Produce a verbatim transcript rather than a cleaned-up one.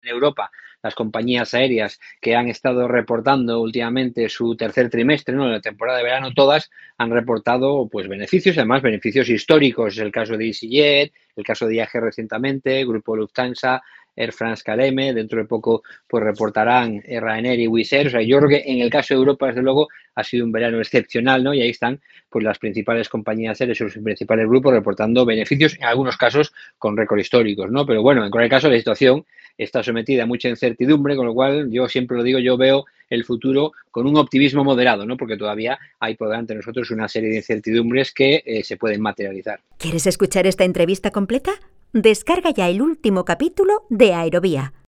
en Europa, las compañías aéreas que han estado reportando últimamente su tercer trimestre, ¿no?, de la temporada de verano, todas han reportado, pues, beneficios, además beneficios históricos. Es el caso de EasyJet, el caso de I A G recientemente, Grupo Lufthansa, Air France-KLM, dentro de poco pues reportarán Ryanair y Wizz Air. O sea, yo creo que en el caso de Europa, desde luego, ha sido un verano excepcional, ¿no? Y ahí están pues las principales compañías aéreas, sus principales grupos reportando beneficios, en algunos casos con récords históricos, ¿no? Pero bueno, en cualquier caso la situación está sometida a mucha incertidumbre, con lo cual yo siempre lo digo, yo veo el futuro con un optimismo moderado, ¿no? Porque todavía hay por delante de nosotros una serie de incertidumbres que eh, se pueden materializar. ¿Quieres escuchar esta entrevista completa? Descarga ya el último capítulo de Aerovía.